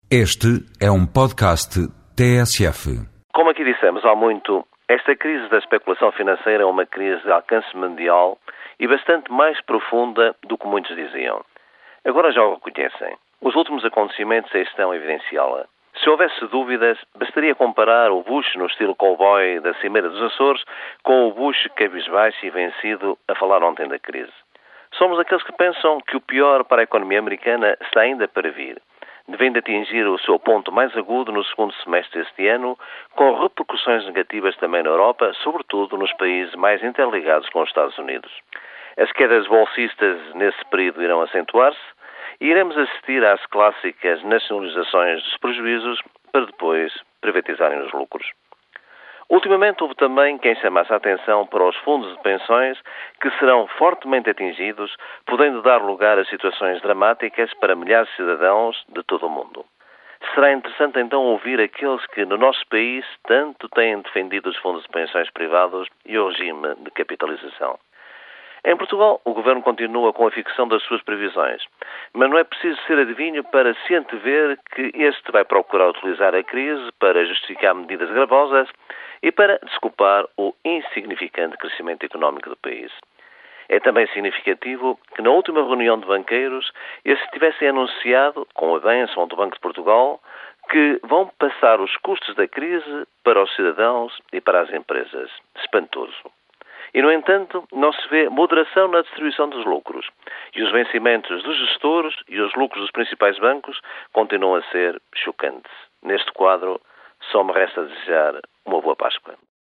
Este é um podcast TSF. Como aqui dissemos há muito, esta crise da especulação financeira é uma crise de alcance mundial e bastante mais profunda do que muitos diziam. Agora já o reconhecem. Os últimos acontecimentos estão a evidenciá-la. Se houvesse dúvidas, bastaria comparar o Bush no estilo cowboy da Cimeira dos Açores com o Bush cabisbaixo e vencido a falar ontem da crise. Somos aqueles que pensam que o pior para a economia americana está ainda para vir, devendo atingir o seu ponto mais agudo no segundo semestre deste ano, com repercussões negativas também na Europa, sobretudo nos países mais interligados com os Estados Unidos. As quedas bolsistas nesse período irão acentuar-se e iremos assistir às clássicas nacionalizações dos prejuízos para depois privatizarem os lucros. Ultimamente houve também quem chamasse a atenção para os fundos de pensões que serão fortemente atingidos, podendo dar lugar a situações dramáticas para milhares de cidadãos de todo o mundo. Será interessante então ouvir aqueles que no nosso país tanto têm defendido os fundos de pensões privados e o regime de capitalização. Em Portugal, o Governo continua com a ficção das suas previsões, mas não é preciso ser adivinho para se antever que este vai procurar utilizar a crise para justificar medidas gravosas e para desculpar o insignificante crescimento económico do país. É também significativo que na última reunião de banqueiros estes tivessem anunciado, com a bênção do Banco de Portugal, que vão passar os custos da crise para os cidadãos e para as empresas. Espantoso. E, no entanto, não se vê moderação na distribuição dos lucros. E os vencimentos dos gestores e os lucros dos principais bancos continuam a ser chocantes. Neste quadro, só me resta desejar uma boa Páscoa.